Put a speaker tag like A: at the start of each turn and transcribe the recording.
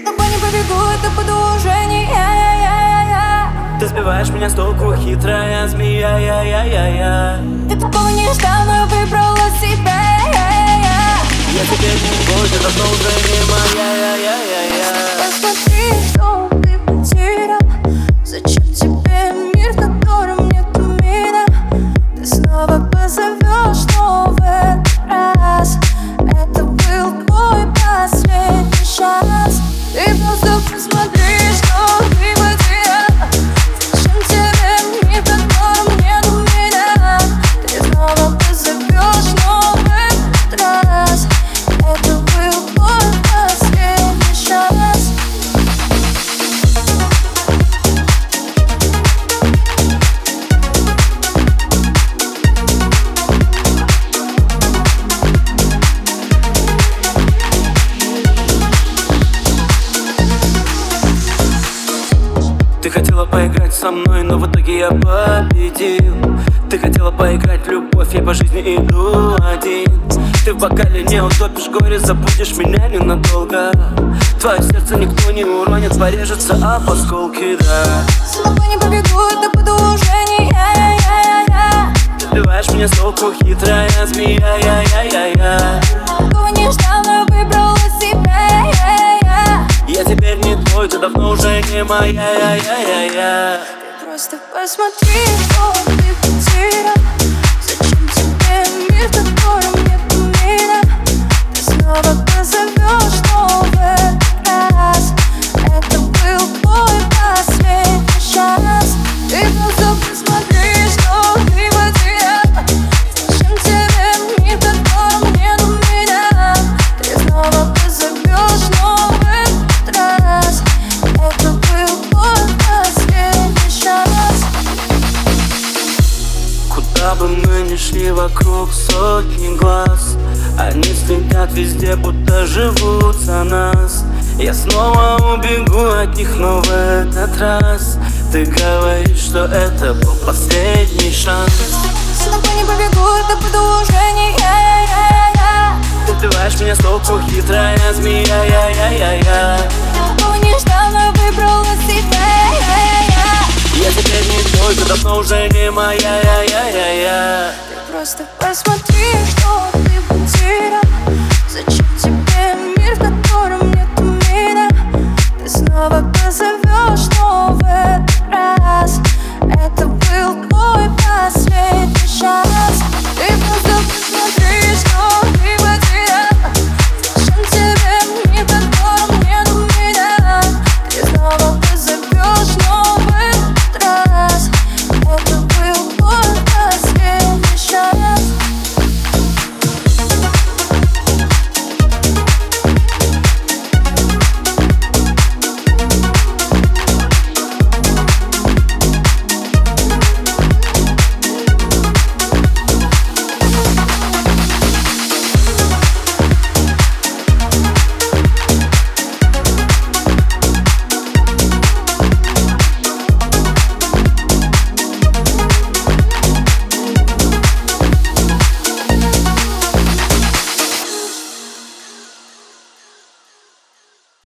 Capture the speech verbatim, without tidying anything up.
A: С тобой не побегу, это продолжение. Я-я-я-я-я.
B: Ты сбиваешь меня с толку, хитрая змея. Я-я-я-я-я.
A: Я такого не ждал, но выбрала себя. Я-я-я-я.
B: Я теперь не твой, ты давно уже не моя. Я-я-я-я.
A: Посмотри, что ты потерял. Зачем тебе мир, в котором нету меня? Ты снова позовешь, но в этот раз это был твой последний шанс. Ты просто посмотри, что ты потерял. Зачем тебе мир, в котором нету меня? Ты снова позовешь, но в этот раз это был твой последний шанс.
B: Ты хотела поиграть со мной, но в итоге я победил. Ты хотела поиграть в любовь, я по жизни иду один. Ты в бокале не утопишь горе, забудешь меня ненадолго. Твое сердце никто не уронит, порежется об осколки, да.
A: С тобой не побегу, это продолжение. Я-я-я-я-я.
B: Ты сбиваешь меня с толку, хитрая змея. Я-я-я-я.
A: Такого не ждал, но выбрала себя. Я-я-я.
B: Я теперь не твой, ты давно уже не моя. Я-я-я-я.
A: Ты просто посмотри, что ты потерял. Зачем тебе мир, в котором нету меня? Ты снова позовешь, но в этот раз это был твой последний шанс. Ты просто посмотри, что ты потерял. Зачем тебе мир, в котором нету меня? Ты снова позовешь, но в этот раз это был твой последний шанс.
B: Куда бы мы ни шли, вокруг сотни глаз. Они следят везде, будто живут за нас. Я снова убегу от них, но в этот раз ты говоришь, что это был последний шанс.
A: С тобой не побегу, это продолжение. Я-я-я-я-я.
B: Ты сбиваешь меня с толку, хитрая змея. Я-я-я-я.
A: Такого не ждал, но выбрала себя. Я-я-я-я.
B: Я теперь не твой, ты давно уже не моя. Я-я-я-я.
A: Ты просто посмотри, что ты потерял.